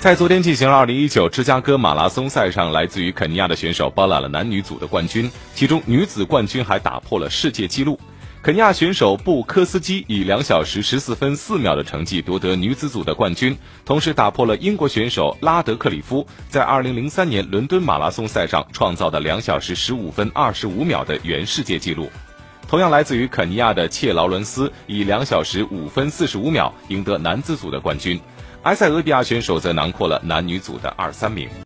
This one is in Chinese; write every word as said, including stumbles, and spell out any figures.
在昨天进行了二零一九芝加哥马拉松赛上，来自于肯尼亚的选手包揽了男女组的冠军，其中女子冠军还打破了世界纪录。肯尼亚选手布科斯基以两小时十四分四秒的成绩夺得女子组的冠军，同时打破了英国选手拉德克里夫在二零零三年伦敦马拉松赛上创造的两小时十五分二十五秒的原世界纪录。同样来自于肯尼亚的切劳伦斯以两小时五分四十五秒赢得男子组的冠军，埃塞俄比亚选手则囊括了男女组的二三名。